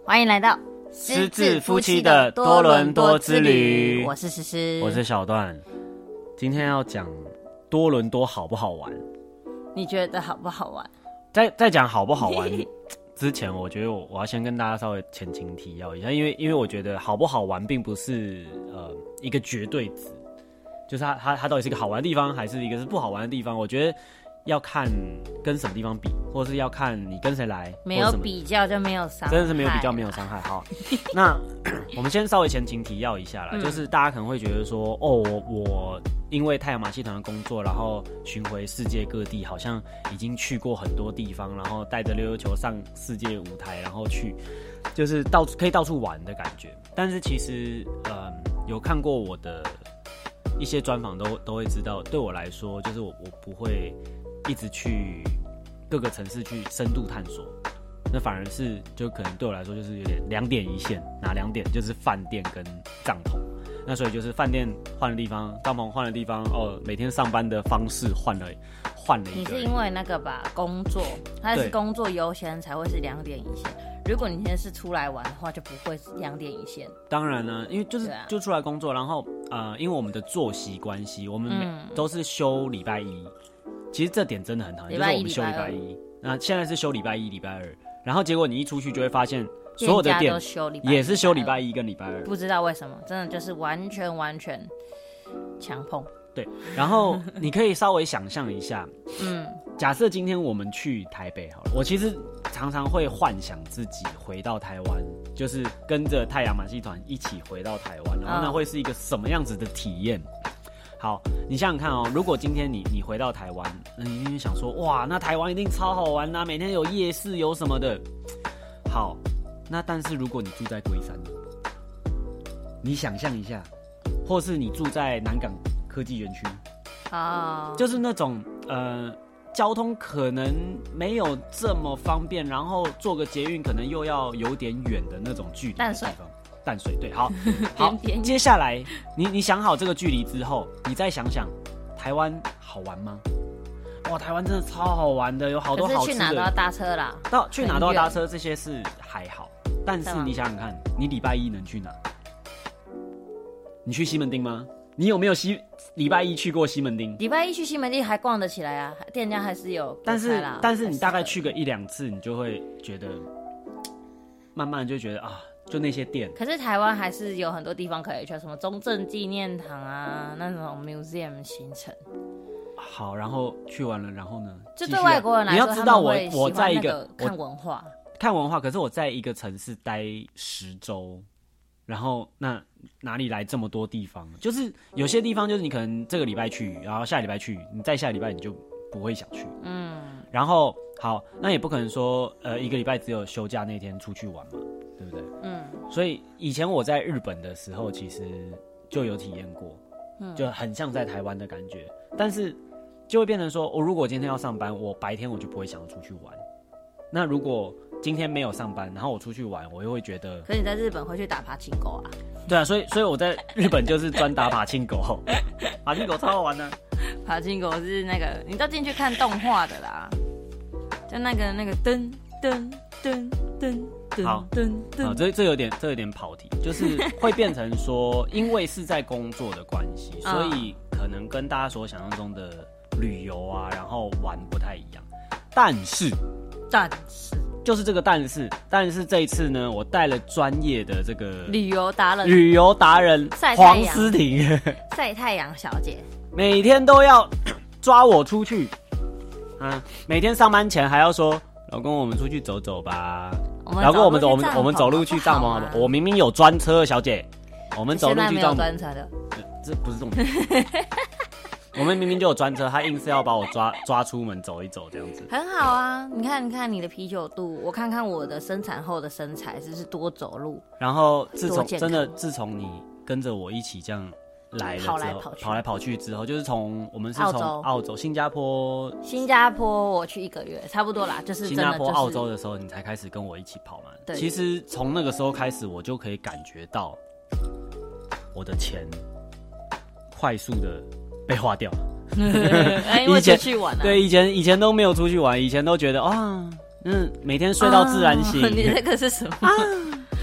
欢迎来到失智夫妻的多伦多之旅。 我是诗诗， 我是小段。今天要讲多伦多好不好玩？ 你觉得好不好玩？ 在讲好不好玩之前，我觉得我要先跟大家稍微前情提要一下，因为我觉得好不好玩并不是一个绝对值，就是它到底是一个好玩的地方，还是一个是不好玩的地方？我觉得要看跟什么地方比，或者是要看你跟谁来， 没有比较就没有伤害， 真的是没有比较没有伤害。好，那我们先稍微前情提要一下啦，就是大家可能会觉得说，哦，我因为太阳马戏团的工作，然后巡回世界各地，好像已经去过很多地方，然后带着溜溜球上世界舞台，然后去就是可以到处玩的感觉。但是其实，有看过我的一些专访都会知道，对我来说，就是我不会一直去各个城市去深度探索，那反而是就可能对我来说就是有点2点一线，哪2点？就是饭店跟帐篷。那所以就是饭店换了地方，帐篷换了地方，每天上班的方式换了一个。 你是因为那个吧，工作，它是工作优先才会是2点一线。如果你今天是出来玩的话，就不会是2点一线。 当然呢，因为就出来工作，然后因为我们的作息关系，我们都是休礼拜一。其实这点真的很讨厌，就是我们休礼拜一，那现在是休礼拜一、礼拜二，然后结果你一出去就会发现，所有的店也是休礼拜一跟礼拜二， 不知道为什么，真的就是完全强碰。 对，然后你可以稍微想象一下，假设今天我们去台北好了，我其实常常会幻想自己回到台湾，就是跟着太阳马戏团一起回到台湾，然后那会是一个什么样子的体验？好，你想想看哦，如果今天你回到台湾，你一定想说，哇，那台湾一定超好玩啊，每天有夜市有什么的。好，那但是如果你住在龟山，你想象一下，或是你住在南港科技园区，就是那种交通可能没有这么方便，然后坐个捷运可能又要有点远的那种距离的地方。淡水对，好，接下来你想好这个距离之后，你再想想，台湾好玩吗？哇，台湾真的超好玩的，有好多好吃的。 可是去哪都要搭车啦， 去哪都要搭车，这些是还好。但是你想想看，你礼拜一能去哪？你去西门町吗？你有没有礼拜一去过西门町？ 礼拜一去西门町还逛得起来啊，店家还是有。但是你大概去个1-2次，你就会觉得，慢慢就觉得啊。就那些店， 可是台湾还是有很多地方可以去，什么中正纪念堂啊，那种 museum 行程。 好，然后去完了，然后呢？ 就对外国人来说， 你要知道我在一个看文化， 可是我在一个城市待10周，然后那哪里来这么多地方？就是有些地方就是你可能这个礼拜去，然后下礼拜去，你再下礼拜你就不会想去。然后好，那也不可能说一个礼拜只有休假那天出去玩嘛。对不对？所以以前我在日本的时候，其实就有体验过，就很像在台湾的感觉。但是就会变成说，我如果今天要上班，我白天我就不会想要出去玩。那如果今天没有上班，然后我出去玩，我又会觉得。 可是你在日本会去打爬青狗啊？ 对啊，所以我在日本就是专打爬青狗，爬青狗超好玩的。 爬青狗是那个，你都进去看动画的啦，就那个噔噔噔噔。 好，这有点跑题，就是会变成说，因为是在工作的关系，所以可能跟大家所想象中的旅游啊，然后玩不太一样。但是就是这个但是这一次呢，我带了专业的这个旅游达人黄思婷晒太阳小姐， 每天都要抓我出去，每天上班前还要说，老公，我们出去走走吧。老公，我们走路去帐篷好不好？我明明有专车，小姐，我们走路去帐篷。专车的，这不是重点。我们明明就有专车，他硬是要把我抓出门走一走，这样子。 很好啊，你看你的啤酒肚，我看看我的生产后的身材，是不是多走路？ 然后自从你跟着我一起这样。来了之后跑来跑去之后，就是我们是从澳洲、新加坡我去1个月，差不多啦，就是新加坡、澳洲的时候，你才开始跟我一起跑嘛。对，其实从那个时候开始，我就可以感觉到我的钱快速的被花掉。 因为出去玩啊。 对，以前都没有出去玩，以前都觉得每天睡到自然醒。 你这个是什么？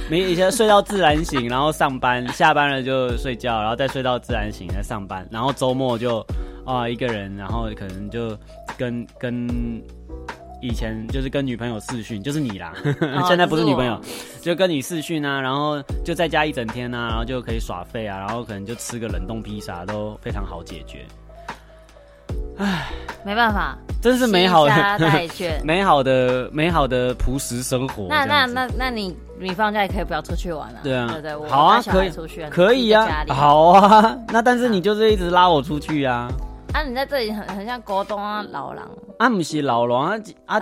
以前睡到自然醒，然后上班，下班了就睡觉，然后再睡到自然醒再上班，然后周末就一个人，然后可能就跟以前就是跟女朋友视讯，就是你啦，现在不是女朋友，就跟你视讯啊，然后就在家一整天啊，然后就可以耍废啊，然后可能就吃个冷冻披萨都非常好解决。唉， 没办法， 真是美好的美好的朴实生活。 那你放假也可以不要出去玩啊？ 对啊， 对对， 好啊， 可以出去啊， 可以啊，好啊。那但是你就是一直拉我出去啊。 啊，你在这里很像高中啊老人。 啊，不是老人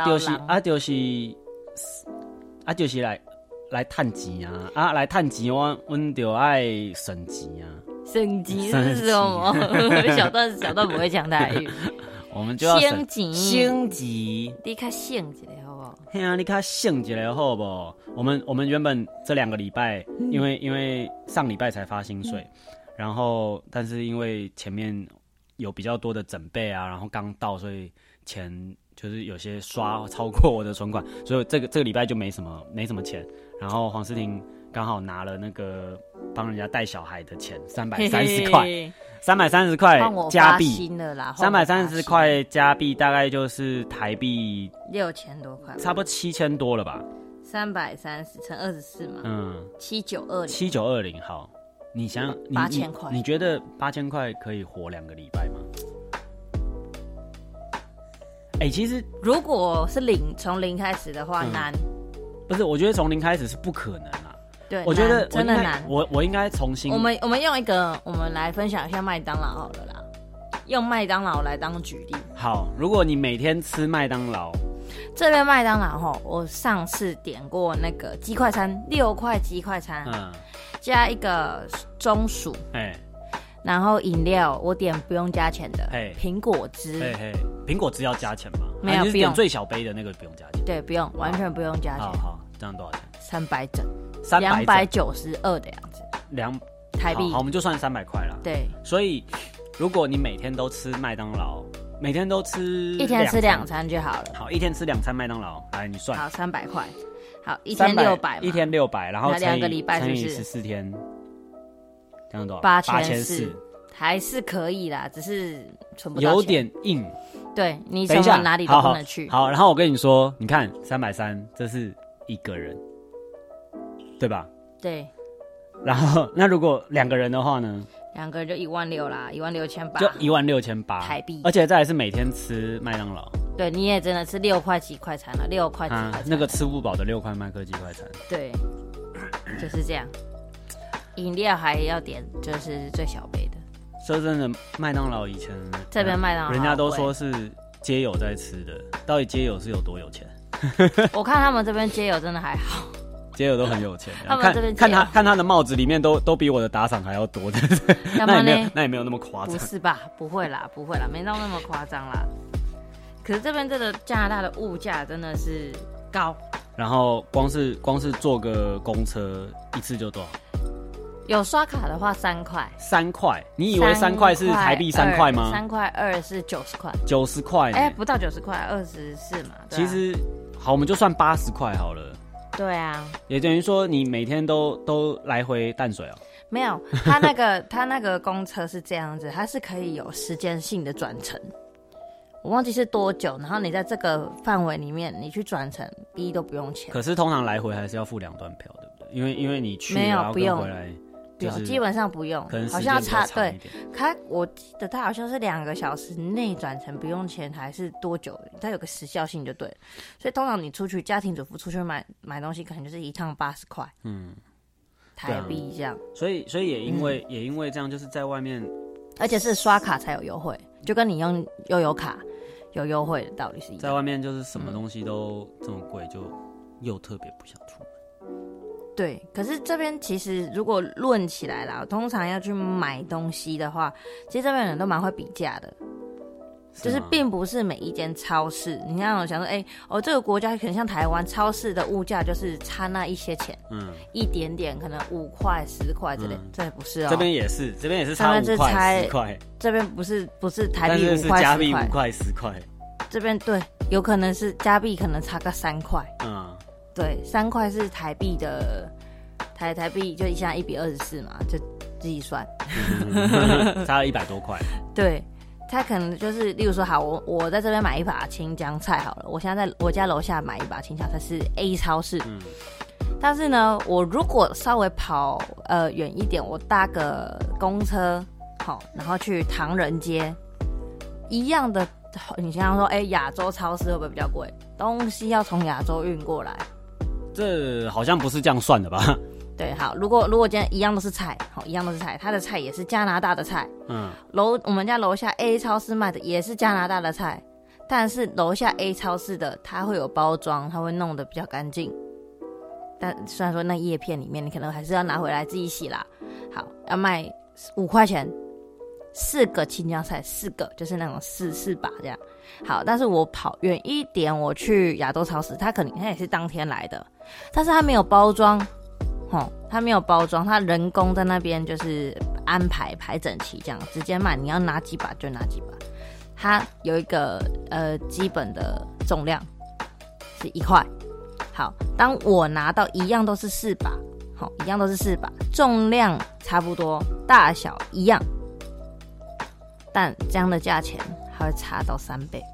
就是来探钱啊！来探钱，阮就爱省钱啊！ 省钱是什么？小段不会讲台语。 我们就要省钱， 省钱。 你较省一下好不好？ 嘿啊，你较省一下好不好？我们原本这2个礼拜，因为上礼拜才发薪水，然后但是因为前面有比较多的准备啊，然后刚到，所以钱就是有些刷超过我的存款，所以这个礼拜就没什么钱。然后黄诗婷刚好拿了那个帮人家带小孩的钱，330块，330块加币，330块加币大概就是台币 6000多块， 差不多7000多了吧 ？330乘24嘛，7920，好。你想想，8000块， 你觉得8000块可以活2个礼拜吗？其实如果是从零开始的话，难。 不是，我觉得从零开始是不可能啊。 对， 我觉得真的难。 我应该重新。 我们用一个，我们来分享一下麦当劳好了啦，用麦当劳来当举例。 好，如果你每天吃麦当劳， 这边麦当劳吼，我上次点过那个鸡块餐，6块鸡块餐，加一个中薯，然后饮料我点不用加钱的，苹果汁， 苹果汁要加钱吗？ 没有， 不用。最小杯的那个不用加钱。 对，不用，完全不用加钱。 好，这样多少钱 ？300整，292的样子。台币。 好，我们就算300块啦。 对。 所以，如果你每天都吃麦当劳，每天都吃一天吃2餐就好了。 好，一天吃2餐麦当劳，来你算。 好，300块。好，一天600， 一天600，然后 2个礼拜乘以14天。这样多少 ？8400，还是可以啦，只是存不到钱， 有点硬。 对，你什么哪里都不能去。 好，然后我跟你说，你看330，这是一个人，对吧？ 对。 然后那如果2个人的话呢 ？2个人就16000啦，16800， 就16800台币，而且再来是每天吃麦当劳。 对，你也真的吃6块鸡块餐了，6块鸡块餐， 那个吃不饱的6块麦克鸡块餐。 对，就是这样。饮料还要点，就是最小杯的。 说真的，麦当劳以前这边麦当劳， 人家都说是街友在吃的，到底街友是有多有钱？ 我看他们这边街友真的还好， 街友都很有钱。 他们这边看他的帽子里面都比我的打赏还要多的，那也没有那么夸张。 不是吧？不会啦，没到那么夸张啦。可是这边这个加拿大的物价真的是高， 然后光是坐个公车一次就多少？ 有刷卡的话3块 ，3块，你以为3块是台币3块吗 ？3块2是90块 ，90块， 不到90块，24嘛。 其实好，我们就算80块好了。 对啊， 也等于说你每天都来回淡水哦。 没有，他那个公车是这样子，它是可以有时间性的转乘。我忘记是多久，然后你在这个范围里面，你去转乘，都不用钱。 可是通常来回还是要付2段票，对不对？因为你去然后跟回来。 基本上不用，好像差对。我记得它好像是2个小时内转乘不用钱，还是多久？它有个时效性就对了。所以通常你出去家庭主妇出去买东西，可能就是一趟80块，台币这样。 所以也因为这样，就是在外面， 而且是刷卡才有优惠，就跟你用悠游卡有优惠的道理是一样。 在外面就是什么东西都这么贵，就又特别不想出门。 对，可是这边其实如果论起来啦，通常要去买东西的话，其实这边人都蛮会比价的，就是并不是每一间超市，你看我想说，这个国家可能像台湾，超市的物价就是差那一些钱，一点点，可能5块、10块之类，这不是哦。 这边也是差5块、10块， 这边不是台币5块、10块， 加币5块、10块， 这边对，有可能是加币可能差个3块，对，3块是台币的台币就现在1:24嘛，就自己算， 差了100多块。 对，他可能就是例如说，好，我在这边买一把青江菜好了，我现在在我家楼下买一把青江菜是 A 超市，但是呢，我如果稍微跑远一点，我搭个公车，好，然后去唐人街，一样的，你想想说，亚洲超市会不会比较贵？东西要从亚洲运过来， 这好像不是这样算的吧？ 对，好，如果今天一样都是菜，好，一样都是菜，它的菜也是加拿大的菜，我们家楼下 A 超市卖的也是加拿大的菜，但是楼下 A 超市的它会有包装，它会弄得比较干净。但虽然说那叶片里面你可能还是要拿回来自己洗啦。好，要卖5块钱，4个青江菜，4个就是那种四把这样。好，但是我跑远一点，我去亚洲超市，它也是当天来的，但是它没有包装，它没有包装，它人工在那边就是安排排整齐这样，直接卖，你要拿几把就拿几把。它有一个基本的重量是1块。好，当我拿到一样都是4把，好，一样都是4把，重量差不多，大小一样，但这样的价钱还会差到3倍。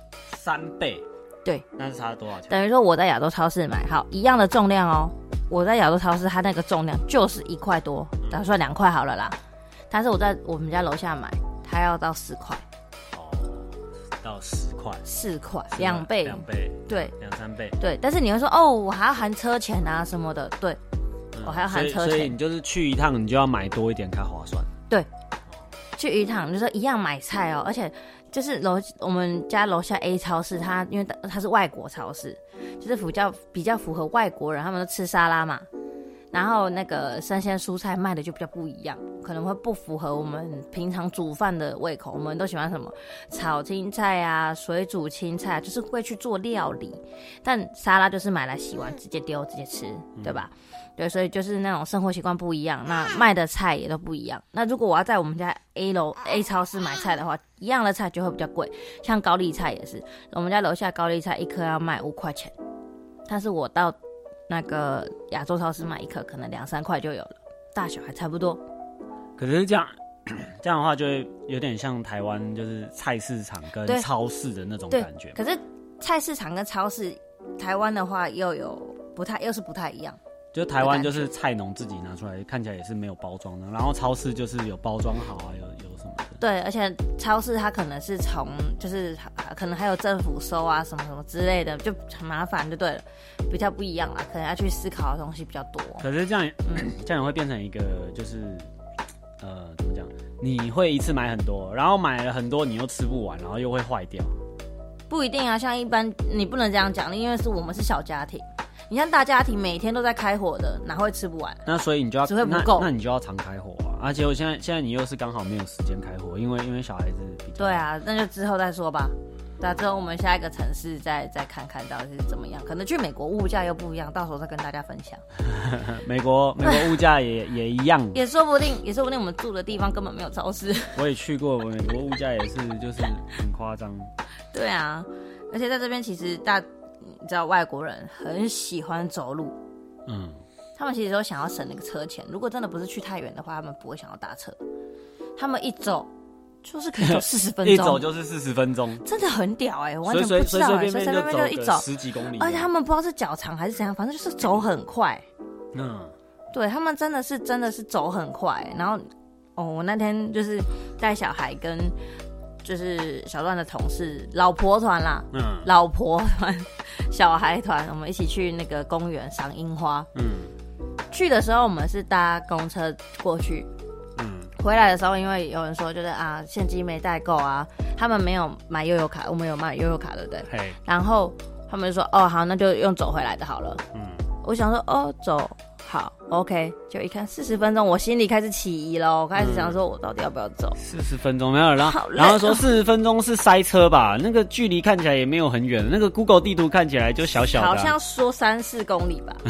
3倍？ 对。 那是差了多少钱？ 等于说我在亚洲超市买，好，一样的重量哦，我在亚洲超市它那个重量就是1块多，打算2块好了啦。但是我在我们家楼下买，它要到4块。 到10块 ，4块，2倍 ，2倍， 对 ，2-3倍， 对。但是你会说，我还要含车钱啊什么的，对，我还要含车钱， 所以你就是去一趟，你就要买多一点，才划算。 对，去一趟就是一样买菜哦，而且就是我们家楼下 A 超市，因为它是外国超市，就是比较符合外国人，他们都吃沙拉嘛。然后那个生鲜蔬菜卖的就比较不一样，可能会不符合我们平常煮饭的胃口。我们都喜欢什么炒青菜啊、水煮青菜，就是会去做料理。但沙拉就是买来洗完直接丢直接吃，对吧？对，所以就是那种生活习惯不一样，那卖的菜也都不一样。那如果我要在我们家 A 超市买菜的话，一样的菜就会比较贵。像高丽菜也是，我们家楼下高丽菜1颗要卖5块钱，但是我到那个亚洲超市买1颗可能2-3块就有了，大小还差不多。 可是这样的话就会有点像台湾就是菜市场跟超市的那种感觉。 可是菜市场跟超市，台湾的话又是不太一样。 就台湾就是菜农自己拿出来，看起来也是没有包装的，然后超市就是有包装好啊，有什么的。 对，而且超市它可能是就是可能还有政府收啊什么什么之类的，就很麻烦就对了，比较不一样啦，可能要去思考的东西比较多。 可是这样也会变成一个就是怎么讲？你会一次买很多，然后买了很多你又吃不完，然后又会坏掉。 不一定啊，像一般你不能这样讲，因为我们是小家庭。你像大家庭每天都在开火的，哪会吃不完？ 那所以你就要只会不够， 那你就要常开火啊！而且现在你又是刚好没有时间开火，因为小孩子比较。 对啊，那就之后再说吧。那之后我们下一个城市再看看到底是怎么样，可能去美国物价又不一样，到时候再跟大家分享。 美国物价也一样， 也说不定我们住的地方根本没有超市。 我也去过美国，物价也是就是很夸张。 对啊，而且在这边其实你知道外国人很喜欢走路，他们其实都想要省那个车钱。如果真的不是去太远的话，他们不会想要搭车，他们一走就是可以走40分钟， 一走就是40分钟， 真的很屌我完全不知道随便就一走 10几公里， 而且他们不知道是脚长还是怎样，反正就是走很快。对，他们真的是走很快。然后我那天就是带小孩跟就是小段的同事老婆团啦，老婆团小孩团，我们一起去那个公园赏樱花。去的时候我们是搭公车过去，回来的时候因为有人说就是现金没带够啊，他们没有买悠游卡，我们有买悠游卡对不对？然后他们就说好，那就用走回来的好了。我想说走好 OK， 就一看40分钟，我心里开始起疑了，我开始想说我到底要不要走。 40分钟没有，然后说40分钟是塞车吧，那个距离看起来也没有很远，那个 Google 地图看起来就小小的， 好像说3-4公里吧。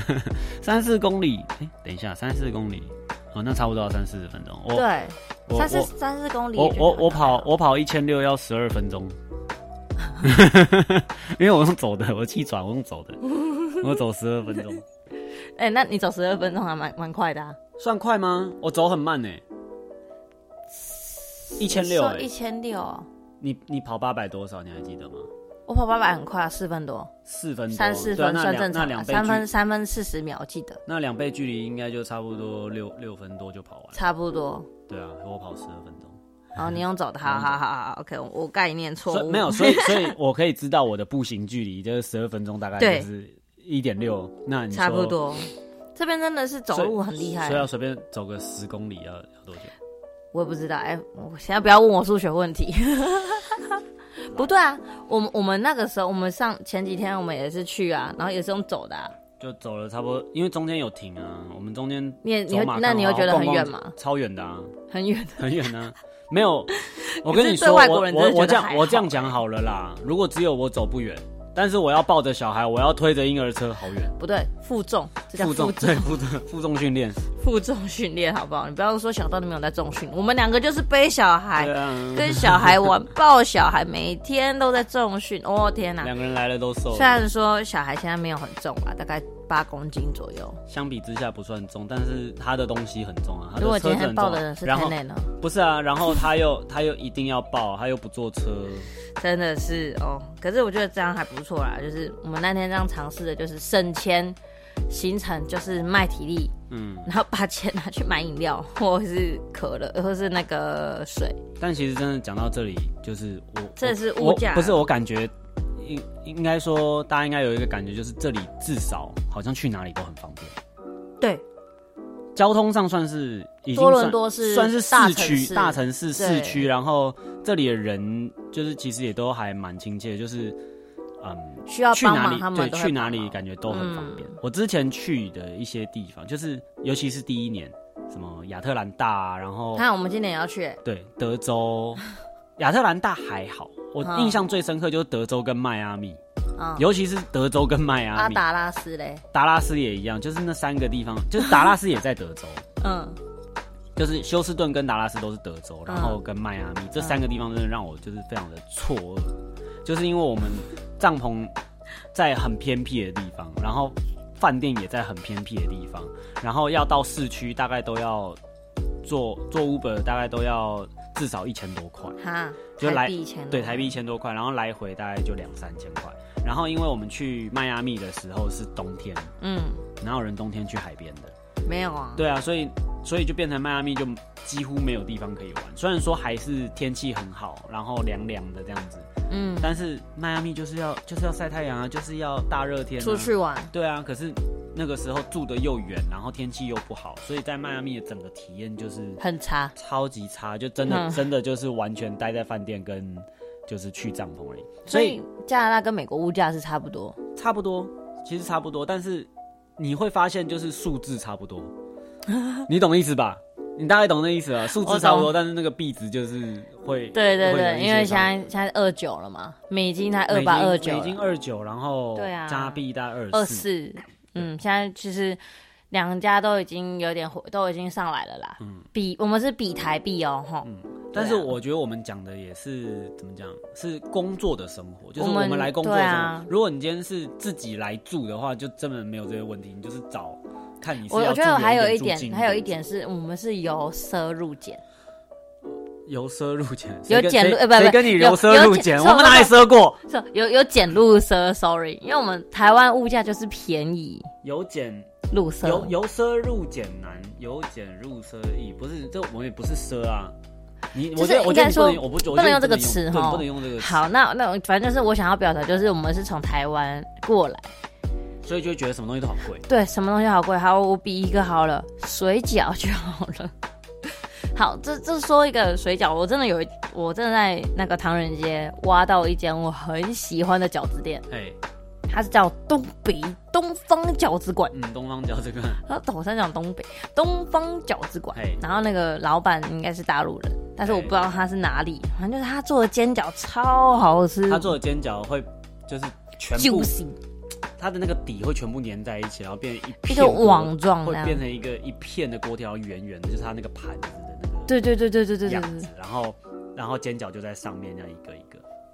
3-4公里，等一下，3-4公里，那差不多要30-40分钟。 对，3-4公里。 我跑1600要12分钟，因为我用走的，我气喘，我用走的，我走12分钟。 那你走12分钟还蛮快的啊。 算快吗？我走很慢1600 1600。 你跑800多少？你还记得吗？ 我跑800很快啊，4分多 ，4分多 ，3-4分算正常。3分40秒，我记得。 那2倍距离应该就差不多6分多就跑完。 差不多。 对啊，我跑12分钟。 哦，你用走的，好 ，OK， 我概念错误。 没有，所以我可以知道我的步行距离就是12分钟，大概就是1.6。那你说差不多。这边真的是走路很厉害， 所以要随便走个10公里要多久？ 我也不知道。我现在不要问我数学问题。不对啊，我们那个时候，我们前几天我们也是去啊，然后也是用走的啊， 就走了差不多，因为中间有停啊，我们中间那你会觉得很远吗？ 超远的啊， 很远啊，没有。我跟你说，我这样讲好了啦，如果只有我走不远。但是我要抱着小孩，我要推着婴儿车，好远。 不对，负重，这叫负重， 对，负重训练， 负重训练，好不好？你不要说小道你没有在重训，我们2个就是背小孩，跟小孩玩，抱小孩，每天都在重训。哦天哪 ，2个人来了都瘦了。 虽然说小孩现在没有很重啦，大概8公斤左右， 相比之下不算重，但是他的东西很重啊。 如果今天抱的人是天内呢？ 不是啊，然后他又一定要抱，他又不坐车。 真的是哦，可是我觉得这样还不错啦。就是我们那天这样尝试的，就是省钱行程，就是卖体力，然后把钱拿去买饮料，或是可乐，或是那个水。 但其实真的讲到这里，就是这是物价， 不是我感觉应该说大家应该有一个感觉，就是这里至少好像去哪里都很方便。 对。 交通上算是已经多伦多算是大城市市区，然后这里的人就是其实也都还蛮亲切，就是需要帮忙他们对去哪里感觉都很方便。我之前去的一些地方，就是尤其是第1年，什么亚特兰大啊，然后看我们今年也要去， 对，德州，亚特兰大还好，我印象最深刻就是德州跟迈阿密。尤其是德州跟迈阿密， 达拉斯嘞， 达拉斯也一样，就是那3个地方，就是达拉斯也在德州，就是休斯顿跟达拉斯都是德州，然后跟迈阿密这3个地方真的让我就是非常的错愕，就是因为我们帐篷在很偏僻的地方，然后饭店也在很偏僻的地方，然后要到市区大概都要做 Uber， 大概都要至少1000多块，就台币1000多， 对，台币1000多块，然后来回大概就2-3千块。然后因为我们去迈阿密的时候是冬天，哪有人冬天去海边的？ 没有啊。对啊，所以就变成迈阿密就几乎没有地方可以玩。虽然说还是天气很好，然后凉凉的这样子，但是迈阿密就是要晒太阳啊，就是要大热天出去玩。 对啊，可是那个时候住的又远，然后天气又不好，所以在迈阿密的整个体验就是很差， 超级差，就真的就是完全待在饭店跟就是去帐篷而已。所以加拿大跟美国物价是差不多， 其实差不多，但是你会发现就是数字差不多，你懂意思吧？你大概懂那意思吧？数字差不多，但是那个币值就是会对，因为现在29了嘛，美金才28、29， 美金29，然后加币大概 24。现在其实2家都已经上来了啦。我们是比台币哦， 但是我觉得我们讲的也是怎么讲，是工作的生活，就是我们来工作的生活。如果你今天是自己来住的话，就真的没有这些问题，你就是找看你是要住远一点。我觉得还有一点是我们是由奢入俭。 由奢入俭， 有俭入谁跟你由奢入俭？我们哪里奢过？ 有俭入奢 ，sorry， 因为我们台湾物价就是便宜， 由俭入奢， 由奢入俭难，由俭入奢易，不是这我们也不是奢啊。我觉得说不能用这个词哈， 不能用这个词。 好，那反正就是我想要表达，就是我们是从台湾过来， 所以就会觉得什么东西都好贵。 对，什么东西好贵。好，我比一个好了，水饺就好了。好，这说一个水饺，我真的在那个唐人街挖到一间我很喜欢的饺子店，它是叫东方饺子馆。 东方饺子馆。 我在讲东方饺子馆。然后那个老板应该是大陆人，但是我不知道他是哪里，反正就是他做的煎饺超好吃。 他做的煎饺会就是全部 juicy， 它的那个底会全部粘在一起，然后变成一个网状， 会变成一片的锅条，圆圆的，就是它那个盘子的那个对样子，然后煎饺就在上面，这样一个一个。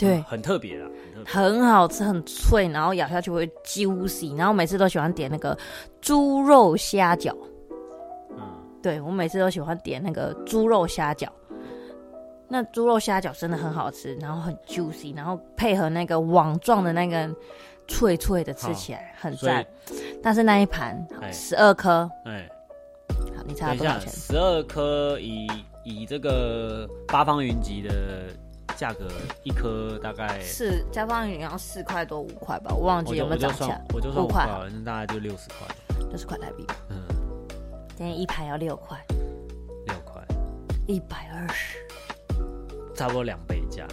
对， 很特别啦， 很好吃，很脆，然后咬下去会 juicy， 然后每次都喜欢点那个猪肉虾饺。对，我每次都喜欢点那个猪肉虾饺。那猪肉虾饺真的很好吃，然后很 juicy， 然后配合那个网状的那个脆脆的，吃起来很赞。但是那一盘12颗，好，你猜多少钱 ？12颗以这个八方云集的价格，一颗大概八方云要4块多5块吧，我忘记有没有涨价。 我就算5块，那大概就60块 ，60块台币。今天一盘要6块 ，6块 ，120， 差不多2倍价。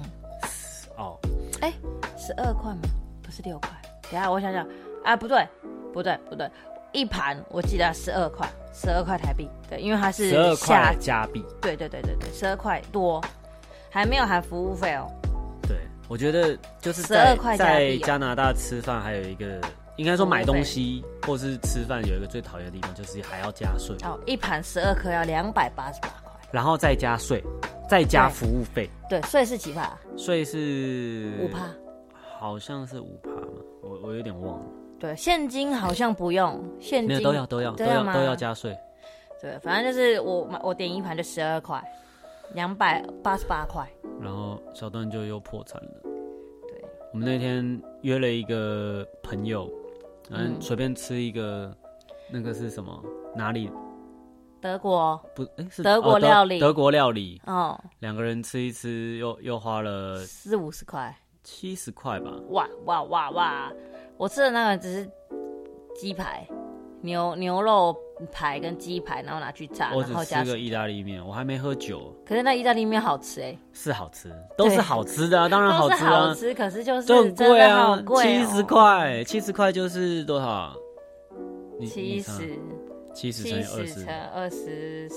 12块吗？不是6块。等一下我想想，不对，一盘我记得12块，12块台币。对，因为它是 12块加币。 对，12块多，还没有含服务费哦。 对，我觉得就是 12块加币在加拿大吃饭还有一个。应该说买东西或是吃饭有一个最讨厌的地方，就是还要加税。 一盘12颗要288块， 然后再加税，再加服务费。 对，税是几趴？ 税是 5%， 好像是5%嘛，我有点忘了。 对，现金好像不用，现金没有都要加税。 对，反正就是我点一盘就12块，288块。 然后小段就又破产了。 对， 我们那天约了一个朋友。随便吃一个，那个是什么？哪里？ 德国？ 不，是德国料理。 德国料理。 哦， 两个人吃一吃，又花了 40-50块 ，70块吧。 哇！我吃的那个只是鸡排、牛肉排跟鸡排，然后拿去炸， 我只然后加吃个意大利面，我还没喝酒。 可是那意大利面好吃是好吃，都是好吃的啊，当然好吃啊。 都是好吃，可是就很贵啊， 好贵 70块就是多少 ？70 乘以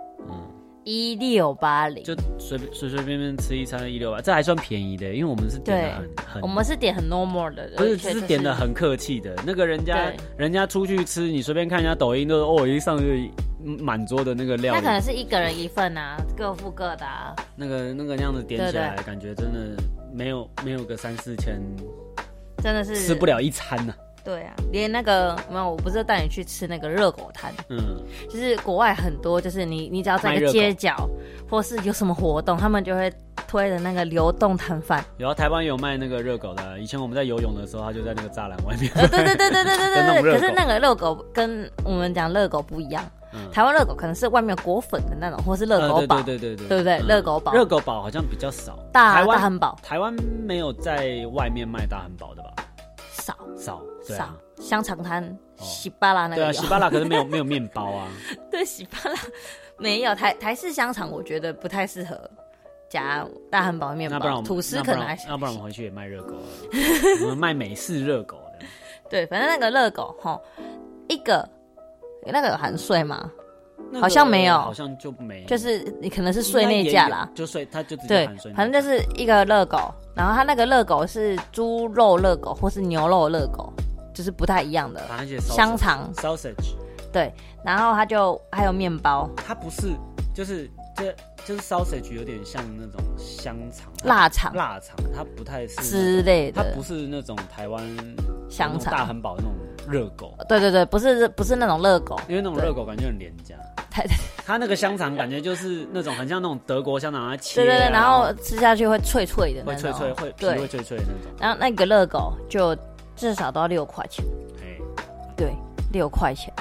24，1680， 就随便吃一餐168，这还算便宜的，因为我们是点的很我们是点很 normal 的， 不是点的很客气的。那个人家出去吃，你随便看人家抖音都一上就满桌的那个料理， 那可能是一个人一份啊，各付各的啊。 那样子点起来，感觉真的没有个3-4千， 真的是吃不了一餐啊。 对啊，连那个没有，我不是带你去吃那个热狗摊，就是国外很多，就是你只要在一个街角，或是有什么活动，他们就会推的那个流动摊贩。 有啊，台湾有卖那个热狗的，以前我们在游泳的时候，他就在那个栅栏外面。 对，可是那个热狗跟我们讲热狗不一样。台湾热狗可能是外面有裹粉的那种，或是热狗堡，对不对？热狗堡好像比较少， 大汉堡， 台湾没有在外面卖大汉堡的吧？少，对啊， 香肠摊，喜巴拉那个有， 对啊，喜巴拉可是没有面包啊。 对，喜巴拉没有台式香肠，我觉得不太适合加大汉堡面包，吐司可能还行。 要不然我们回去也卖热狗，我们卖美式热狗的。 对，反正那个热狗一个那个有含税吗？好像没有， 好像就没， 就是你可能是税内价啦， 它就直接含税。 反正就是一个热狗，然后它那个热狗是猪肉热狗或是牛肉热狗，就是不太一样的香肠 sausage。 对，然后它就还有面包， 它不是就是 sausage 有点像那种香肠、 腊肠， 它不太是之类的， 它不是那种台湾香肠大汉堡那种热狗。 对，不是那种热狗， 因为那种热狗感觉很廉价。它那个香肠感觉就是那种很像那种德国香肠，它切，对， 然后吃下去会脆脆的那种， 会脆脆的那种。 然后那个热狗就至少都要6块钱，对，6块钱，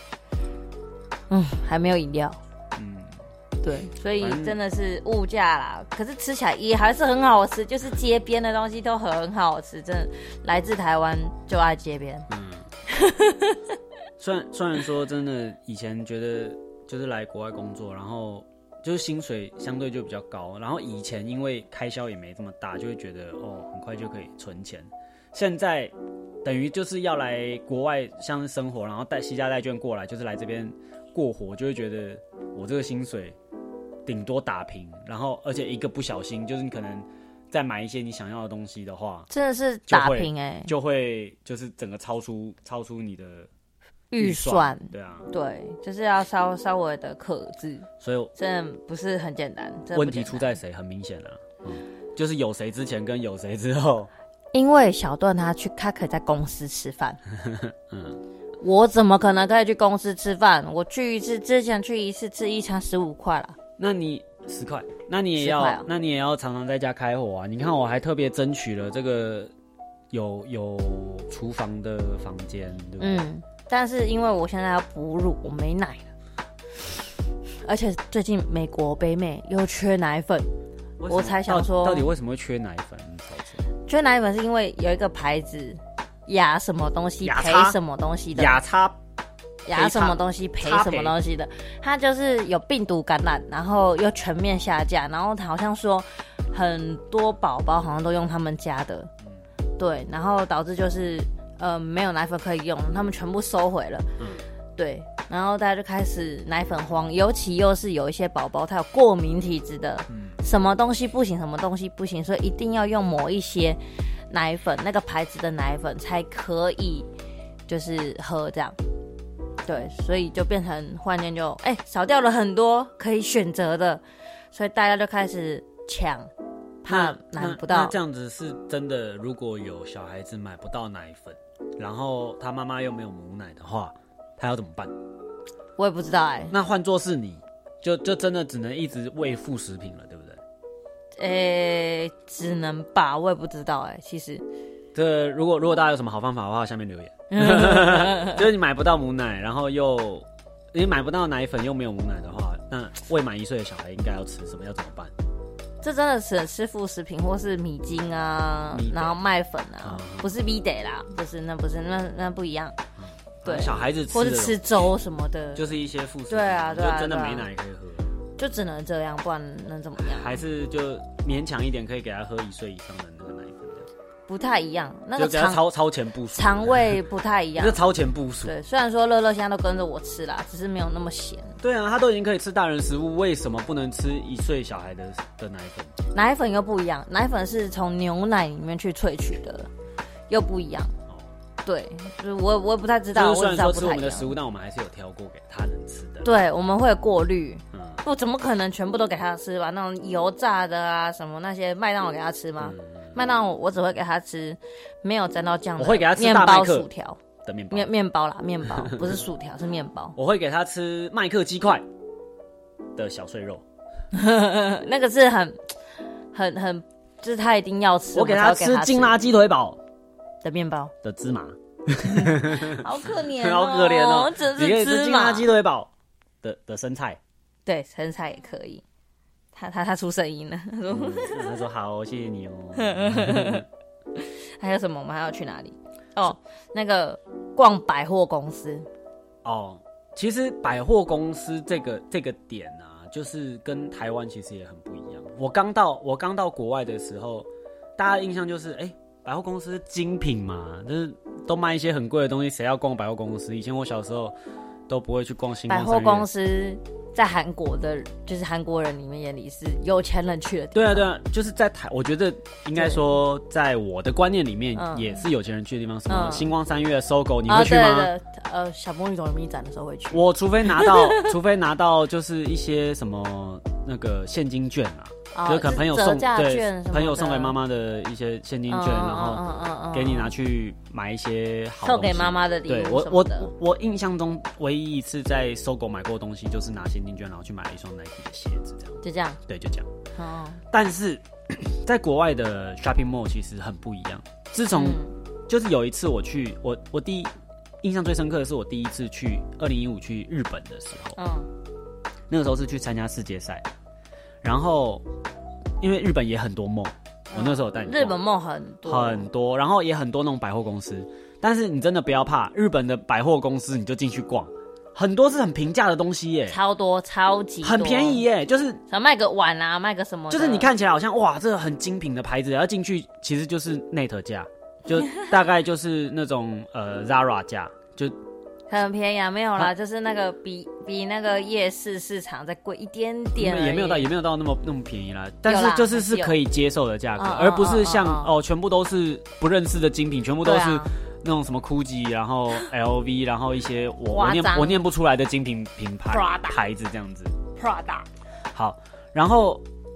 还没有饮料，对，所以真的是物价啦，可是吃起来也还是很好吃，就是街边的东西都很好吃，真的来自台湾就爱街边。 虽然说真的以前觉得就是来国外工作，然后就是薪水相对就比较高，然后以前因为开销也没这么大，就会觉得很快就可以存钱。现在等于就是要来国外像是生活，然后带携家带眷过来，就是来这边过活，就会觉得我这个薪水顶多打平，然后而且一个不小心，就是你可能再买一些你想要的东西的话， 真的是打平就会就是整个超出你的预算。 对啊， 对，就是要稍微的克制， 所以真的不是很简单。 问题出在谁？很明显啊。 就是有谁之前跟有谁之后？ 因为小段他可以在公司吃饭，我怎么可能可以去公司吃饭？我之前去一次吃一餐15块啦。 那你10块，那你也要常常在家开火啊！你看我还特别争取了这个有厨房的房间，对不对？ 但是因为我现在要哺乳，我没奶了，而且最近美国北美又缺奶粉，我才想说到底为什么会缺奶粉？ 缺奶粉是因为有一个牌子压什么东西赔什么东西的，压什么东西赔什么东西的，它就是有病毒感染，然后又全面下架，然后好像说很多宝宝好像都用他们家的，对，然后导致就是没有奶粉可以用，他们全部收回了，对，然后大家就开始奶粉荒，尤其又是有一些宝宝他有过敏体质的，什么东西不行，什么东西不行，所以一定要用某一些奶粉，那个牌子的奶粉才可以就是喝这样。对，所以就变成忽然间就少掉了很多可以选择的，所以大家就开始抢，怕买不到。 那这样子是真的，如果有小孩子买不到奶粉，然后他妈妈又没有母奶的话，他要怎么办？ 我也不知道那换作是你，就真的只能一直喂副食品了，对不对？只能吧，我也不知道其实。 这如果大家有什么好方法的话，下面留言。就是你买不到母奶，然后你买不到奶粉又没有母奶的话，那未满1岁的小孩应该要吃什么？要怎么办？ 这真的只能吃副食品或是米精啊，然后麦粉啊，不是米得啦，不是那不一样。对， 小孩子吃或是吃粥什么的， 就是一些副食品。 对啊， 就真的没奶可以喝， 就只能这样，不然能怎么样？ 还是就勉强一点，可以给他喝1岁以上的那个奶粉。 不太一样，那个就给他超前部署， 肠胃不太一样， 就超前部署。 对，虽然说乐乐现在都跟着我吃啦，只是没有那么咸。 对啊，他都已经可以吃大人食物，为什么不能吃1岁小孩的奶粉？ 奶粉又不一样，奶粉是从牛奶里面去萃取的，又不一样。对，就是我也不太知道。 就是虽然说吃我们的食物，但我们还是有挑过给他能吃的。 对，我们会过滤。不怎么可能全部都给他吃吧？那种油炸的啊，什么那些麦当劳给他吃吗？麦当劳我只会给他吃没有沾到酱的， 我会给他吃面包、薯条的面包， 面包啦，面包不是薯条，是面包。 我会给他吃麦克鸡块的小碎肉， 那个是很，就是他一定要吃。 我给他吃金拉鸡腿堡的面包的芝麻， 好可怜好可怜哦！ 你可以吃金拉鸡腿堡的生菜， 对，生菜也可以。他出声音了， 他说好，谢谢你哦。 还有什么？我们还要去哪里？那个逛百货公司。 其实百货公司这个点啊，就是跟台湾其实也很不一样。我刚到国外的时候，大家的印象就是百货公司精品嘛，就是都卖一些很贵的东西，谁要逛百货公司？以前我小时候都不会去逛星光三月。 百货公司在韩国的，就是韩国人里面眼里是有钱人去的地方。 对啊，就是在我觉得应该说，在我的观念里面，也是有钱人去的地方。什么星光三月、SOGO，你会去吗？ 对，小魔女斗咪展的时候会去。 我除非拿到就是一些什么那个现金券啊，就是可能朋友送朋友送给妈妈的一些现金券，然后给你拿去买一些好东西送给妈妈的礼物。 对，我印象中唯一一次在SOGO买过东西，就是拿现金券，然后去买了一双 Nike 的鞋子，这样。 就这样。 对，就这样。但是在国外的 shopping mall 其实很不一样。自从就是有一次我去，我第一印象最深刻的是我第一次去2015去日本的时候，那个时候是去参加世界赛，然后因为日本也很多 mall，我那时候有带你逛。 日本 mall 很多， 然后也很多那种百货公司，但是你真的不要怕，日本的百货公司你就进去逛，很多是很平价的东西耶， 超多，超级多， 很便宜耶，就是想卖个碗啊，卖个什么的， 就是你看起来好像哇，这个很精品的牌子，然后进去其实就是 net 价，就大概就是那种Zara 价，就很便宜啊，没有啦，就是那个比那个夜市市场再贵一点点而已， 也没有到那么便宜啦，但是是可以接受的价格，而不是像全部都是不认识的精品，全部都是那种什么 Gucci， 然后 LV， 然后一些我念不出来的精品品牌牌子这样子。 Prada。 好，然后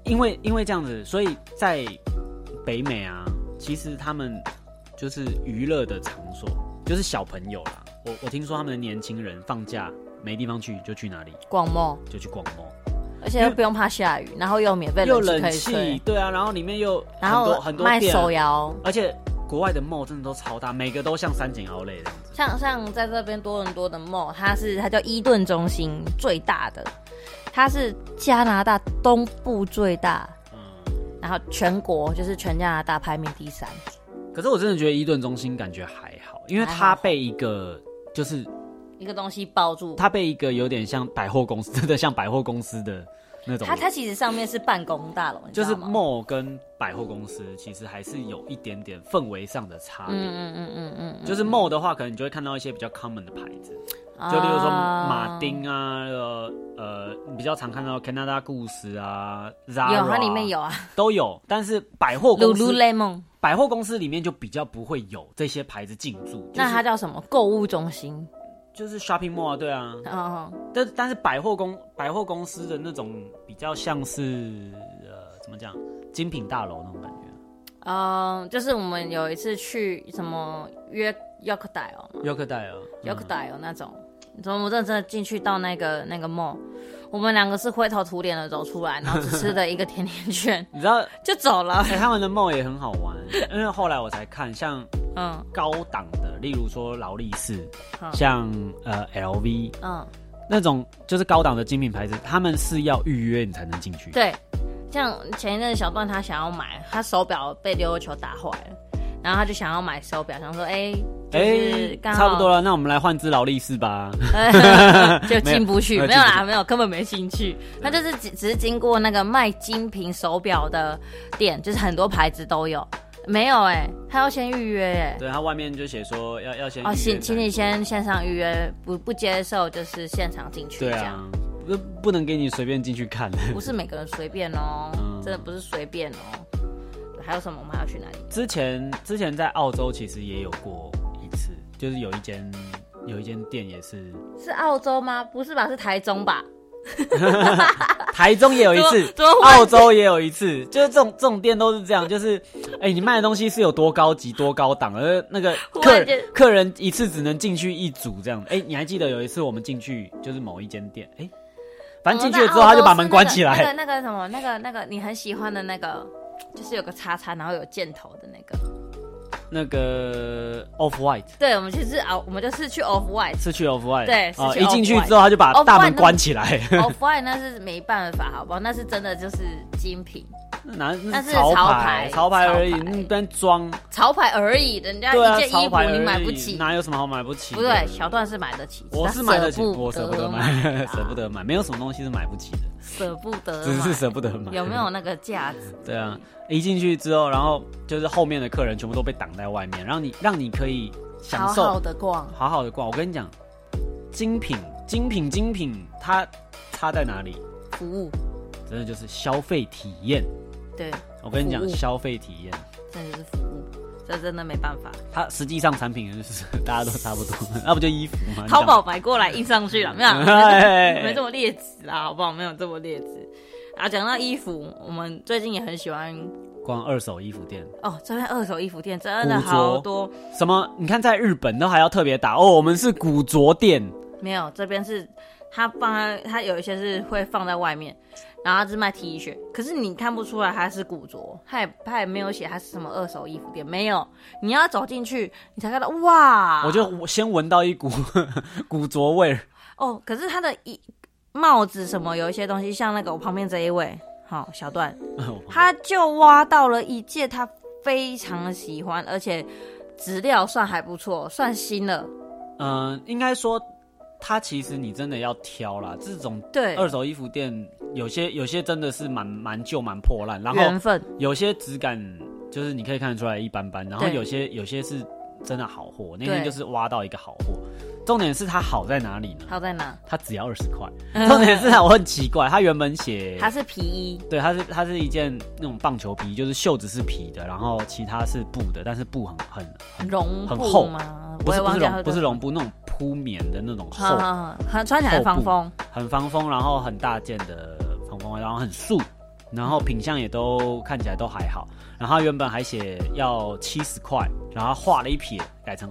因为这样子，所以在北美啊，其实他们就是娱乐的场所，就是小朋友啦。我听说他们的年轻人放假没地方去，就去哪里？ 逛 mall， 就去逛 mall， 而且又不用怕下雨，然后又有免费冷气可以吹， 对啊，然后里面又然后很多卖手摇， 而且国外的 mall 真的都超大，每个都像三井奥莱这样子。 像在这边多伦多的 mall， 它叫伊顿中心，最大的，它是加拿大东部最大，然后全国就是全加拿大排名第3。 可是我真的觉得伊顿中心感觉还好，因为它被一个就是一个东西包住， 它被一个有点像百货公司，真的像百货公司的那种。 它其实上面是办公大楼， 就是 mall 跟百货公司其实还是有一点点氛围上的差别。就是 mall 的话，可能你就会看到一些比较 common 的牌子，就例如说马丁啊，你比较常看到 Canada Goose 啊 ，Zara 有，它里面有啊， 都有。但是百货公司 Lululemon 百货公司里面就比较不会有这些牌子进驻。就是、 那它叫什么？购物中心。 就是 shopping mall 啊，对啊，但是百货公司的那种比较像是怎么讲，精品大楼那种感觉。 就是我们有一次去什么约克戴尔那种，我们真的进去到那个 mall， 我们2个是灰头土脸的走出来，然后只吃了一个甜甜圈， 你知道就走了。 他们的 mall 也很好玩，因为后来我才看，像高档的，例如说劳力士，像LV，那种就是高档的精品牌子，他们是要预约你才能进去。 对，像前一阵小段他想要买，他手表被溜溜球打坏了，然后他就想要买手表，想说差不多了，那我们来换只劳力士吧。 就进不去，没有啦，没有，根本没兴趣。他就是只是经过那个卖精品手表的店，就是很多牌子都有。没有他要先预约对，他外面就写说要先预约请你先线上预约，不接受就是现场进去。对啊， 不能给你随便进去看。 不是每个人随便哦，真的不是随便哦。还有什么？我们还要去哪里？ 之前在澳洲其实也有过一次，就是有一间店也是澳洲吗？不是吧？是台中吧？ 台中也有一次，澳洲也有一次，就是这种店都是这样，就是你卖的东西是有多高级多高档，而那个客人一次只能进去一组这样。你还记得有一次我们进去就是某一间店，反正进去了之后他就把门关起来。 那个什么，那个你很喜欢的那个，就是有个叉叉，然后有箭头的那个 Off White。 对，我们就是去 Off White， 是去 Off White。 对， 一进去之后他就把大门关起来。 Off White 那是没办法，好不好？那是真的就是精品。那是潮牌而已，那边装潮牌而已，人家一件衣服你买不起， 哪有什么好买不起？ 不对，小段是买得起， 我是买得起，我舍不得买，舍不得买，没有什么东西是买不起的， 舍不得， 只是舍不得买。 有没有那个价值？ 对啊，一进去之后，然后就是后面的客人全部都被挡在外面，让你可以享受好好的逛。 我跟你讲，精品，它差在哪里？ 服务， 真的就是消费体验。 对， 我跟你讲，消费体验真的是服务，这真的没办法。 它实际上产品就是大家都差不多，那不就衣服吗？ 淘宝买过来印上去了，没有，没这么劣质啦，好不好？没有这么劣质。讲到衣服，我们最近也很喜欢逛二手衣服店。 这边二手衣服店真的好多。 什么？你看在日本都还要特别打我们是古着店。 没有，这边是它有一些是会放在外面。然后它是卖 T 恤，可是你看不出来它是古着，它也没有写它是什么二手衣服店，没有。你要走进去，你才看到哇！ 我就先闻到一股古着味儿。 可是它的帽子什么有一些东西，像那个我旁边这一位，小段，他就挖到了一件他非常喜欢，而且质料算还不错，算新了。 应该说。它其实你真的要挑啦，这种二手衣服店有些真的是蛮旧蛮破烂，然后有些质感就是你可以看得出来一般般，然后有些是真的好货，那天就是挖到一个好货。重点是它好在哪里呢？ 好在哪？ 它只要20块。重点是我很奇怪，它原本写它是皮衣， 对，它是一件那种棒球皮，就是袖子是皮的，然后其他是布的，但是布很绒很厚吗？ 不是绒布，那种铺棉的那种厚， 穿起来防风， 很防风，然后很大件的防风外，然后很素， 然后品相也都看起来都还好。然后他原本还写要70块，然后画了一撇改成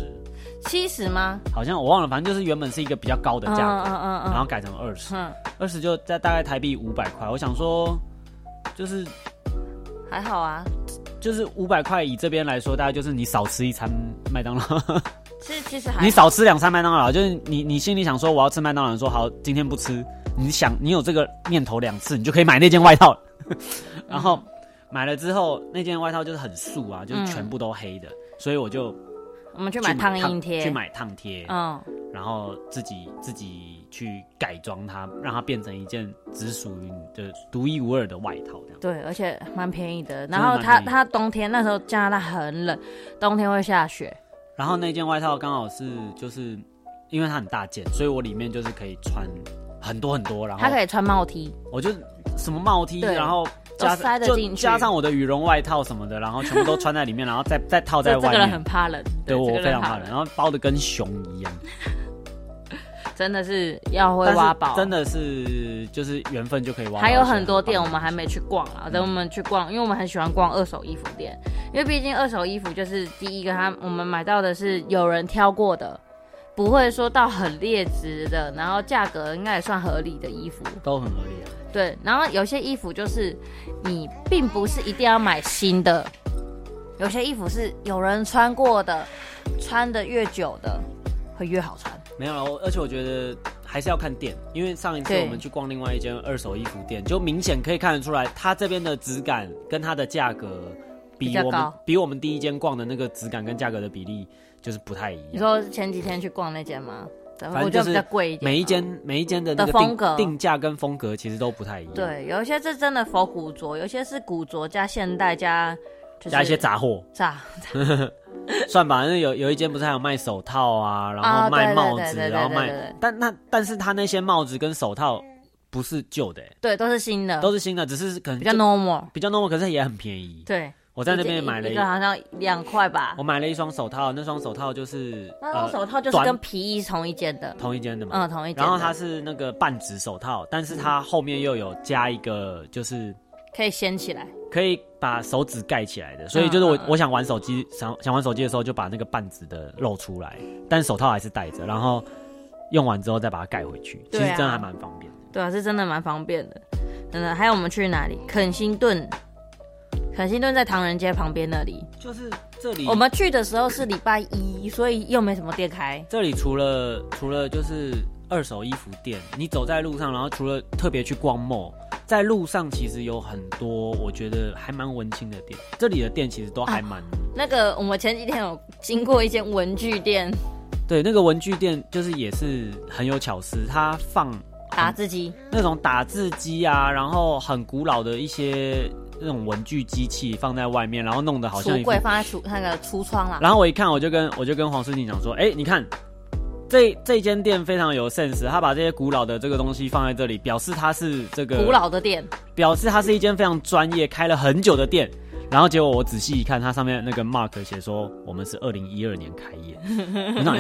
20，70 吗？ 好像我忘了，反正就是原本是一个比较高的价格，然后改成20，20就在大概台币500块。我想说，就是还好啊， 就是500块以这边来说，大概就是你少吃一餐麦当劳。 其实还好， 你少吃2餐麦当劳，就是你心里想说我要吃麦当劳，说好今天不吃，你有这个念头2次，你就可以买那件外套。然后买了之后，那件外套就是很素啊，就是全部都黑的，所以我们去买烫印贴， 去买烫贴，然后自己去改装它，让它变成一件只属于你的独一无二的外套，这样。 对，而且蛮便宜的。然后它冬天那时候加拿大很冷，冬天会下雪。 然后那件外套刚好是就是因为它很大件，所以我里面就是可以穿很多很多，然后它可以穿帽 T， 我就什么帽 T， 然后塞得进去， 加上我的羽绒外套什么的，然后全部都穿在里面，然后再套在外面。 这个人很怕冷， 对我非常怕冷，然后包的跟熊一样。 真的是要会挖宝， 真的是就是缘分就可以挖宝。 还有很多店我们还没去逛啦，等我们去逛，因为我们很喜欢逛二手衣服店，因为毕竟二手衣服就是第一个，我们买到的是有人挑过的，不会说到很劣质的，然后价格应该也算合理的衣服， 都很合理啊。 对，然后有些衣服就是你并不是一定要买新的，有些衣服是有人穿过的，穿的越久的会越好穿。 没有了，而且我觉得还是要看店，因为上一次我们去逛另外一间二手衣服店，就明显可以看得出来，它这边的质感跟它的价格比我们第一间逛的那个质感跟价格的比例就是不太一样。 你说前几天去逛那间吗？ 反正就是比较贵一点。 每一间的那个风格定价跟风格其实都不太一样。 对，有一些是真的佛古着，有些是古着加现代加一些杂货。算吧，那有一间不是还有卖手套啊，然后卖帽子，然后卖，但是他那些帽子跟手套不是旧的， 对，都是新的， 只是可能比较 normal， 可是也很便宜。 对， 我在那边买了一个好像2块吧。 我买了一双手套，那双手套就是跟皮衣同一间的嘛， 同一间的。 然后它是那个半指手套，但是它后面又有加一个就是可以掀起来， 可以把手指盖起来的，所以就是我想玩手机，想玩手机的时候就把那个半指的露出来，但手套还是戴着，然后用完之后再把它盖回去，其实真的还蛮方便的。 对啊，是真的蛮方便的，真的。还有我们去哪里？肯辛顿在唐人街旁边那里， 就是这里。 我们去的时候是礼拜一，所以又没什么店开。 这里除了就是二手衣服店，你走在路上，然后除了特别去逛 mall， 在路上其实有很多我觉得还蛮文青的店。这里的店其实都还蛮那个我们前几天有经过一间文具店， 对，那个文具店就是也是很有巧思，它放打字机， 那种打字机啊，然后很古老的一些那种文具机器放在外面，然后弄得好像橱柜放在那个橱窗啦。 然后我一看，我就跟黄诗婷讲说，你看这间店非常有 sense， 他把这些古老的这个东西放在这里，表示它是这个古老的店， 表示它是一间非常专业、开了很久的店。然后结果我仔细一看，它上面那个 mark 写说我们是2012年开业，我想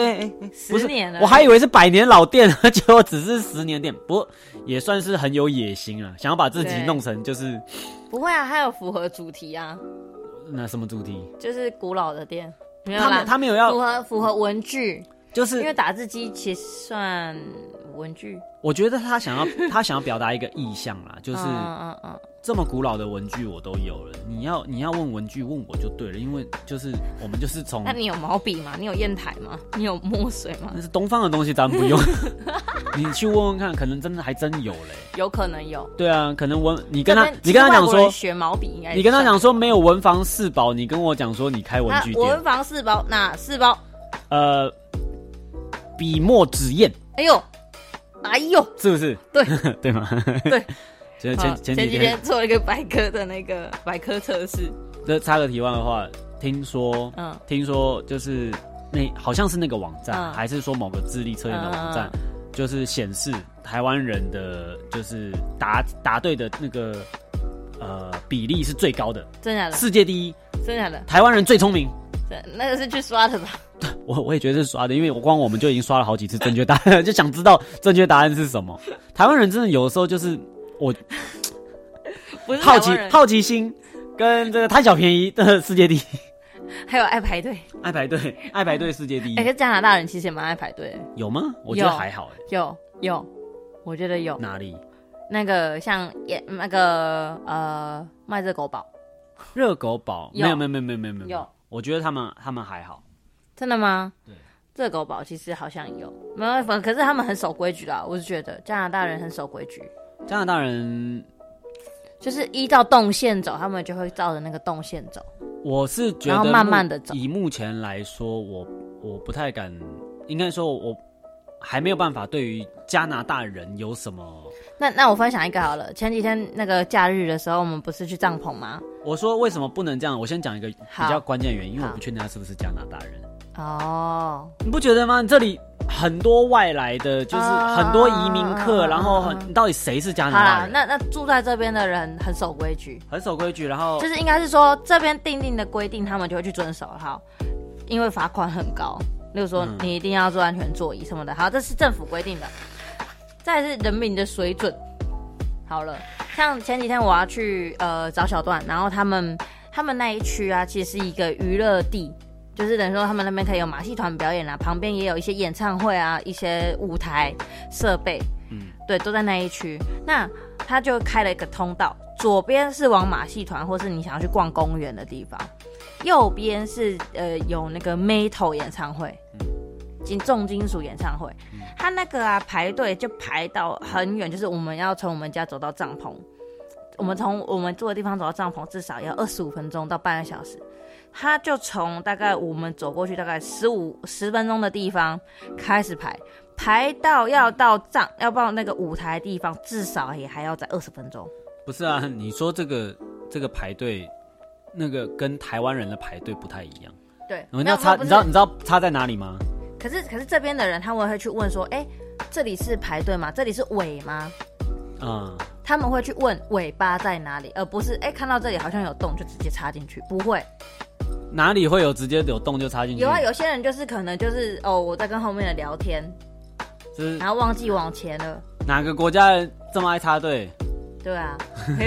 10年了， 我还以为是100年老店，结果只是10年店，不过也算是很有野心啊，想要把自己弄成就是不会啊，还有符合主题啊。 那什么主题？ 就是古老的店，没有啦， 他没有要符合文具， 就是因为打字机其实算文具。 我觉得他想要表达一个意象啦，就是这么古老的文具我都有了，你要问文具问我就对了，因为就是我们就是从。 那你有毛笔吗？你有砚台吗？你有墨水吗？ 那是东方的东西，咱们不用。你去问问看，可能还真有嘞。 有可能有。 对啊，可能你跟他讲说学毛笔应该。 你跟他讲说没有文房4宝，你跟我讲说你开文具店。 文房4宝哪4宝？ 笔墨纸砚。 哎呦， 是不是？ 对对吗？ 对。 前几天做了一个百科的那个百科测试。 这插个题外的话，听说就是好像是那个网站，还是说某个智力测验的网站，就是显示台湾人的就是答对的那个比例是最高的， 真的假的？ 世界第一， 真的假的？ 台湾人最聪明。 那个是去刷的吧？ 我也觉得是刷的，因为我们就已经刷了好几次正确答案，就想知道正确答案是什么。台湾人真的有的时候就是不是台湾人好奇心跟这个贪小便宜的世界第一， 还有爱排队， 爱排队世界第一。 可是加拿大人其实也蛮爱排队的。 有吗？我觉得还好有，我觉得有。 哪里？ 那个像那个卖热狗堡，没有，有。 我觉得他们还好。 真的吗？ 对， 热狗堡其实好像有，没有，可是他们很守规矩啦。我是觉得加拿大人很守规矩。 加拿大人就是依照动线走，他们就会照着那个动线走。 我是觉得， 然后慢慢的走。 以目前来说，我不太敢，应该说我还没有办法对于加拿大人有什么。 那我分享一个好了。前几天那个假日的时候，我们不是去帐篷吗？ 我说为什么不能这样？我先讲一个比较关键的原因，因为我不确定他是不是加拿大人。 哦， 你不觉得吗？你这里很多外来的，就是很多移民客，然后到底谁是加拿大人？ 好啦，那住在这边的人很守规矩， 然后就是应该是说这边定的规定，他们就会去遵守。好，因为罚款很高，例如说你一定要坐安全座椅什么的。好，这是政府规定的。再来是人民的水准。好了，像前几天我要去找小段，然后他们那一区啊，其实是一个娱乐地。就是等于说，他们那边可以有马戏团表演啊，旁边也有一些演唱会啊，一些舞台设备，对，都在那一区。那他就开了一个通道，左边是往马戏团或是你想要去逛公园的地方，右边是有那个 metal 演唱会，重金属演唱会。他那个啊排队就排到很远，就是我们要从我们家走到帐篷，我们从我们住的地方走到帐篷至少要25分钟到半个小时。他就从大概我们走过去大概10分钟的地方开始排到要到那个舞台的地方，至少也还要在20分钟。 不是啊，你说这个排队，那个跟台湾人的排队不太一样。 对， 你知道差在哪里吗？ 可是这边的人他们会去问说，这里是排队吗？这里是尾吗？他们会去问尾巴在哪里，而不是看到这里好像有洞就直接插进去，不会。 哪里会有直接有洞就插进去？ 有啊，有些人就是可能就是我在跟后面的聊天，然后忘记往前了。 哪个国家这么爱插队？ 对啊，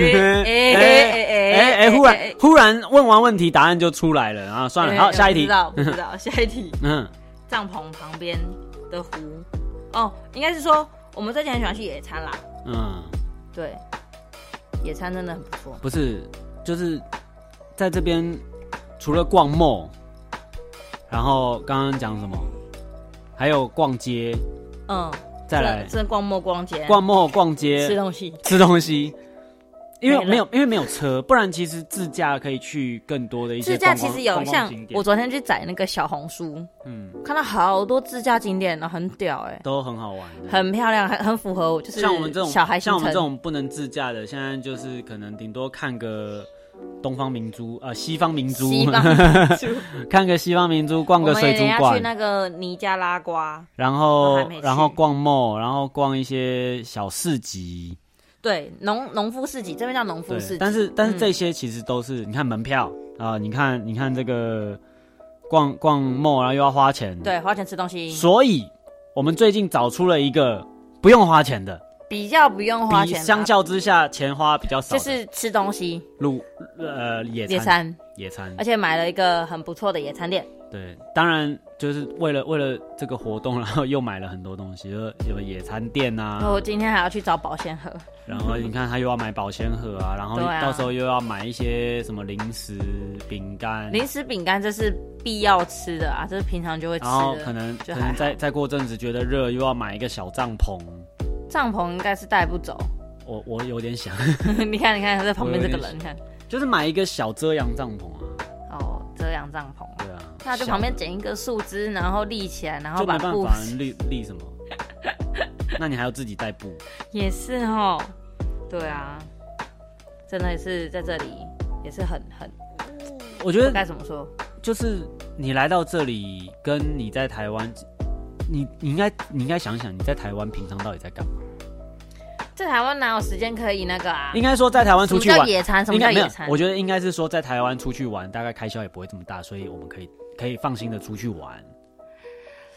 忽然问完问题，答案就出来了，然后算了，好，下一题。 不知道，下一题。帐篷旁边的湖，应该是说我们最近很喜欢去野餐啦。对，野餐真的很不错。 不是，就是在这边。除了逛 mall， 然后刚刚讲什么？还有逛街，再来真的逛 mall 逛街，吃东西。因为没有车，不然其实自驾可以去更多的一些自驾。其实有像我昨天去载那个小红书，看到好多自驾景点，很屌都很好玩， 很漂亮，很符合就是像我们这种小孩行程。 像我们这种不能自驾的，现在就是可能顶多看个。东方明珠西方明珠，看个西方明珠，逛个水族馆。我们要去那个尼加拉瓜， 然后逛 mall， 然后逛一些小市集。 对，农夫市集，这边叫农夫市集。 但是这些其实都是你看门票你看这个逛 mall， 然后又要花钱， 对，花钱吃东西。 所以我们最近找出了一个不用花钱的。 比较不用花钱， 相较之下钱花比较少， 就是吃东西， 野餐， 而且买了一个很不错的野餐垫。 对，当然就是为了这个活动，然后又买了很多东西，有野餐垫啊。 我今天还要去找保鲜盒， 然后你看他又要买保鲜盒啊，然后到时候又要买一些什么零食饼干。 零食饼干这是必要吃的啊，这是平常就会吃的。 然后可能再过阵子觉得热，又要买一个小帐篷。 帐篷应该是带不走， 我有点想。 你看他在旁边这个人，你看， 就是买一个小遮阳帐篷啊。遮阳帐篷。 对啊。 那就旁边剪一个树枝，然后立起来，然后把布。就没办法立什么？那你还要自己带布。 也是对啊，真的是在这里也是很。 我觉得该怎么说？ 就是你来到这里，跟你在台湾。你应该想想你在台湾平常到底在干嘛？ 在台湾哪有时间可以那个啊？ 应该说在台湾出去玩， 什么叫野餐？ 我觉得应该是说在台湾出去玩，大概开销也不会这么大，所以我们可以放心的出去玩。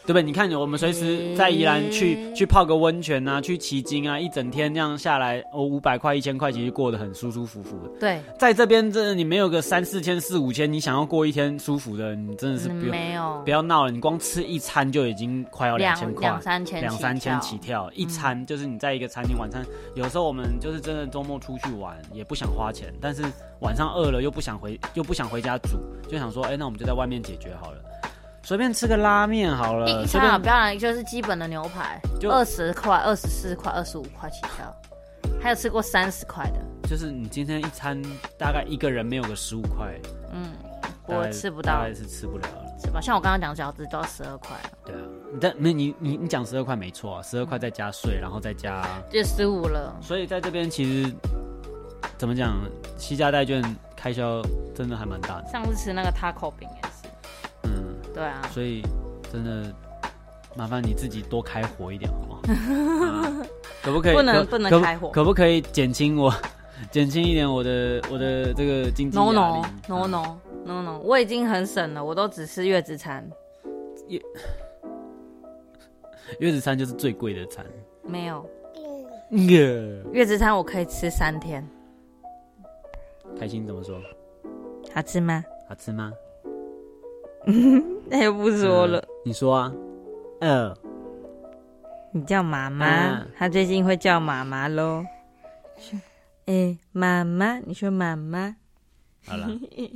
对不对？你看我们随时在宜兰去泡个温泉啊，去旗津啊，一整天这样下来，500块1000块，其实过得很舒舒服服的。 对， 在这边真的你没有个3、4千、4、5千，你想要过一天舒服的，你真的是不要闹了。你光吃一餐就已经快要2000块，2-3千起跳。一餐就是你在一个餐厅晚餐，有时候我们就是真的周末出去玩也不想花钱，但是晚上饿了又不想回家煮，就想说，那我们就在外面解决好了。随便吃个拉面好了， 一餐不要来就是基本的牛排，就20块、24块、25块起跳，还有吃过30块的。 就是你今天一餐大概一个人没有个15块， 我吃不到， 大概是吃不了了， 是吧？像我刚刚讲饺子都要12块啊。 对啊，但你讲12块没错啊，12块再加税，然后再加就15了。 所以在这边其实怎么讲，西家带券开销真的还蛮大的。 上次吃那个 taco 饼也是。对啊， 所以真的麻烦你自己多开火一点好不好？可不可以？ 不能开火。 可不可以减轻一点我的这个经济压力 ？No， 我已经很省了，我都只吃月子餐。 月子餐就是最贵的餐。 没有。月子餐我可以吃3天。 开心怎么说？ 好吃吗？ 好吃吗？ 那又不说了。 你说啊。 你叫妈妈，他最近会叫妈妈咯。妈妈，你说妈妈。 好了。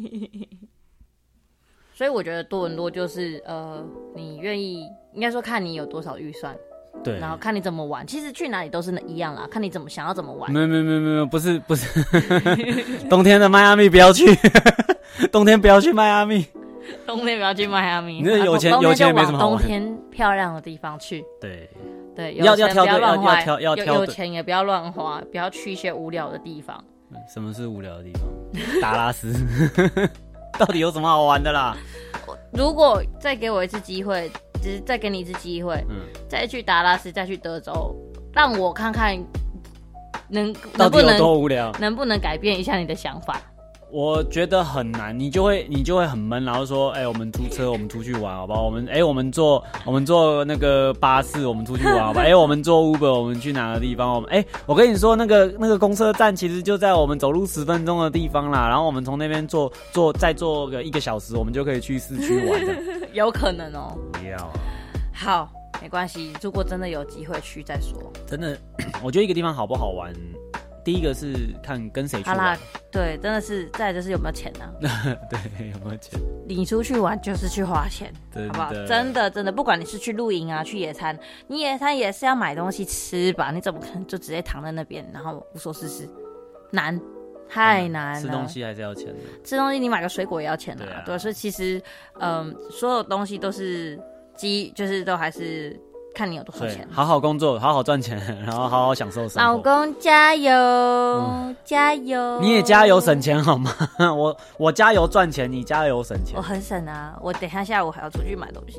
所以我觉得多伦多就是你愿意，应该说看你有多少预算。 对， 然后看你怎么玩，其实去哪里都是一样啦，看你想要怎么玩。 没有，不是，冬天的迈阿密不要去，冬天不要去迈阿密。 冬天不要去迈阿密， 你那有钱也没什么好玩。 冬天漂亮的地方去。 对， 要挑对，要挑有钱也不要乱花，不要去一些无聊的地方。 什么是无聊的地方？达拉斯，到底有什么好玩的啦？ 如果再给我一次机会，只是再给你一次机会，再去达拉斯，再去德州，让我看看到底有多无聊， 能不能改变一下你的想法。 我觉得很难，你就会很闷，然后说，我们租车，我们出去玩，好不好？我们坐那个巴士，我们出去玩，好不好？我们坐 Uber， 我们去哪个地方？我跟你说，那个公车站其实就在我们走路10分钟的地方啦。然后我们从那边再坐个1个小时，我们就可以去市区玩了。 有可能哦。 不要。 好，没关系，如果真的有机会去再说。 真的，我觉得一个地方好不好玩。第一个是看跟谁去玩。好啦， 对，真的是，再来就是有没有钱呢？ 对，有没有钱？ 你出去玩就是去花钱，好不好？真的，不管你是去露营啊，去野餐，你野餐也是要买东西吃吧？你怎么可能就直接躺在那边，然后无所事事？太难了。 吃东西还是要钱的。 吃东西你买个水果也要钱的。对，所以其实，所有东西都是就是都还是。看你有多少钱， 好好工作，好好赚钱，然后好好享受生活。 老公加油，加油！ 你也加油省钱好吗？我加油赚钱，你加油省钱。 我很省啊，我等一下午还要出去买东西。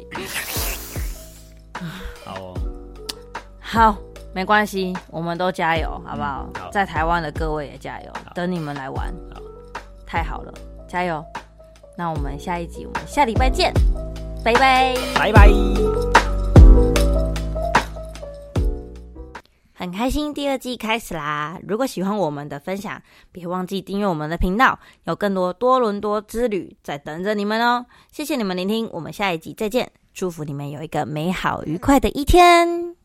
好哦， 好，没关系，我们都加油，好不好？在台湾的各位也加油，等你们来玩。太好了，加油！那我们下一集，我们下礼拜见，拜拜， 拜拜。 很开心第2季开始啦！如果喜欢我们的分享，别忘记订阅我们的频道，有更多多伦多之旅在等着你们哦！谢谢你们聆听，我们下一集再见，祝福你们有一个美好愉快的一天。